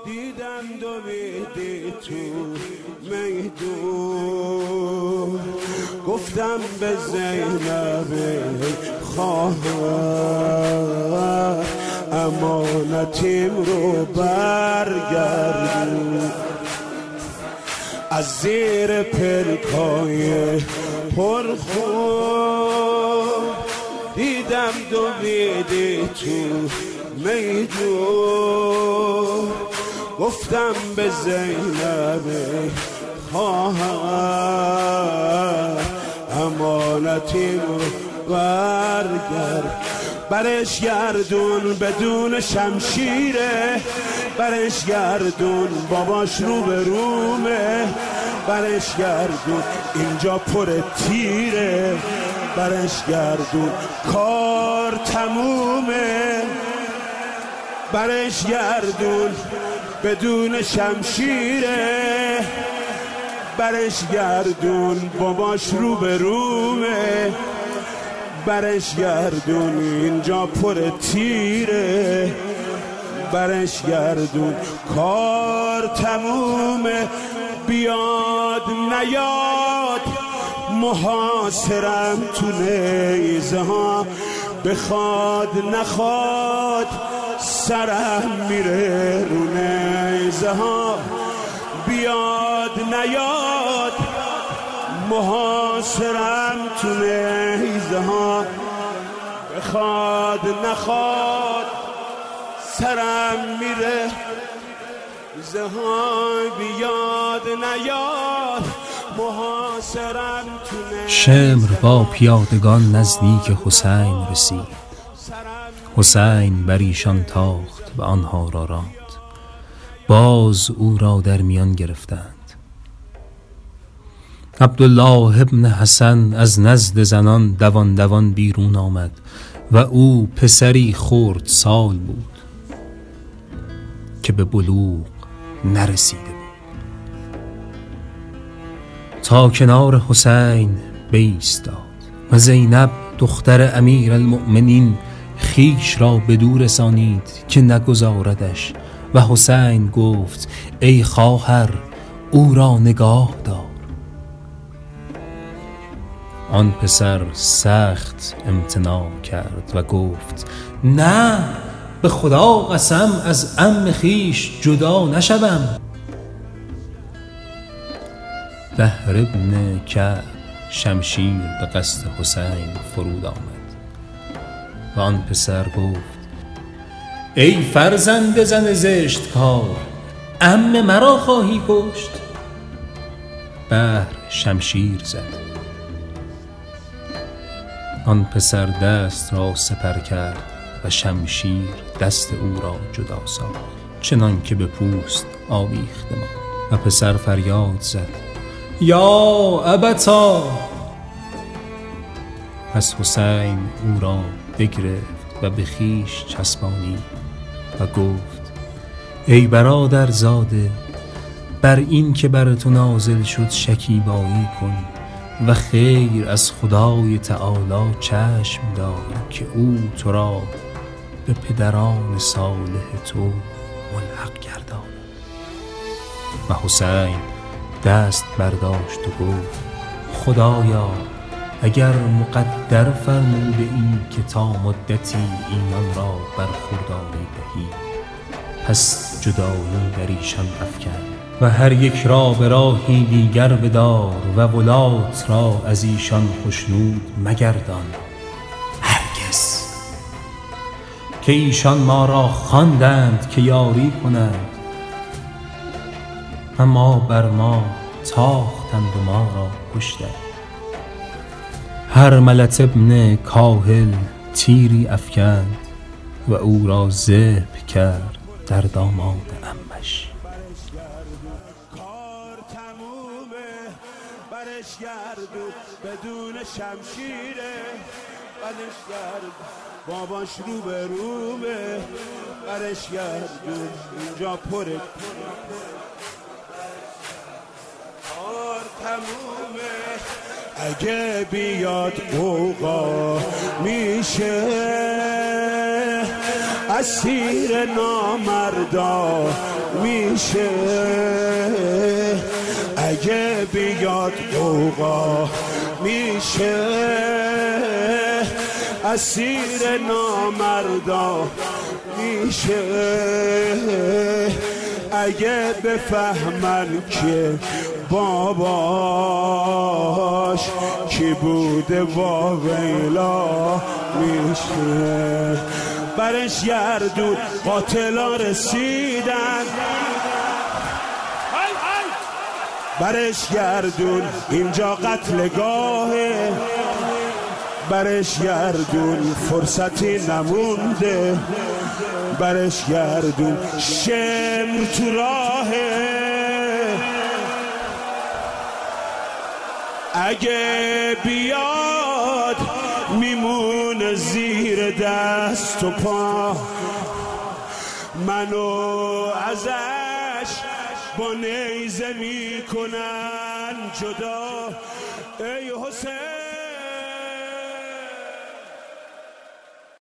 دیدم دویدی تو میدون، گفتم به زینب خواهر امانتیم رو برگردون. از زیر پلکای پرخون دیدم دویدی تو میدون، گفتم به زینب خواهر امانتیم رو برگرد. برش گردون بدون شمشیره، برش گردون باباش رو به رومه، برش گردون اینجا پر تیره، برش گردون کار تمومه، برش گردون بدون شمشیره، برش گردون باباش رو به رومه، برش گردون اینجا پر تیره، برش گردون کار تمومه. بیاد نیاد محاصرم تو نیزه ها، بخواد نخواد سرم میره رو نیزه ها. بیاد نیاد محاصرم تو نیزه ها، بخواد نخواد سرم میره نیزه ها. بیاد نیاد محاصرم تو نیزه ها. شمر با پیادگان نزدیک حسین رسید، حسین بر ایشان تاخت و آنها را راند. باز او را در میان گرفتند. عبدالله ابن حسن از نزد زنان دوان دوان بیرون آمد و او پسری خرد سال بود که به بلوغ نرسیده بود. تا کنار حسین بایستاد و زینب دختر امیر المؤمنین خیش را به دور رسانید که نگذاردش و حسین گفت ای خواهر او را نگاه دار. آن پسر سخت امتناع کرد و گفت نه، به خدا قسم از عم خیش جدا نشوم. بهر ابن کعب شمشیر به قصد حسین فرود آمد و آن پسر گفت ای فرزند زن زشت کار، عم مرا خواهی کشت؟ بهر شمشیر زد. آن پسر دست را سپر کرد و شمشیر دست او را جدا ساخت، چنان که به پوست آویخته ماند. و پسر فریاد زد یا ابتا. پس حسین او را بگرفت و به خیش چسبانید و گفت ای برادر زاده، بر این که بر تو نازل شد شکیبایی کن و خیر از خدای تعالی چشم دار که او تو را به پدران صالح تو ملحق گرداند. و حسین دست برداشت و گفت خدایا اگر مقدر فرموده ای که تا مدتی اینان را برخورداری دهی، پس جدایی در ایشان افکن و هر یک را به راهی دیگر بدار و ولات را از ایشان خشنود مگردان. هرگز که ایشان ما را خواندند که یاری کنند و ما بر ما تاختند و ما را کشتند. هرملت ابن کاهل تیری افکند و او را ذبح کرد در داماد عمش. کار تمومه، برش گردون بدون شمشیره، برش گردون باباش رو به رومه، برش گردون اینجا پره. کار تمومه، اگه بیاد اوقا میشه، اسیر نامردا میشه. اگه بیاد قوقا میشه، اسیر نامردا میشه. اگه بفهمن که باباش کی بوده واویلا میشه. برش گردون قاتلا رسیدن، برش گردون اینجا قتلگاهه، برش گردون فرصتی نمونده، برش گردون شمر تو راهه. اگه بیاد میمونه زیر دست و پا، منو ازش با نیزه میکنن جدا. ای حسین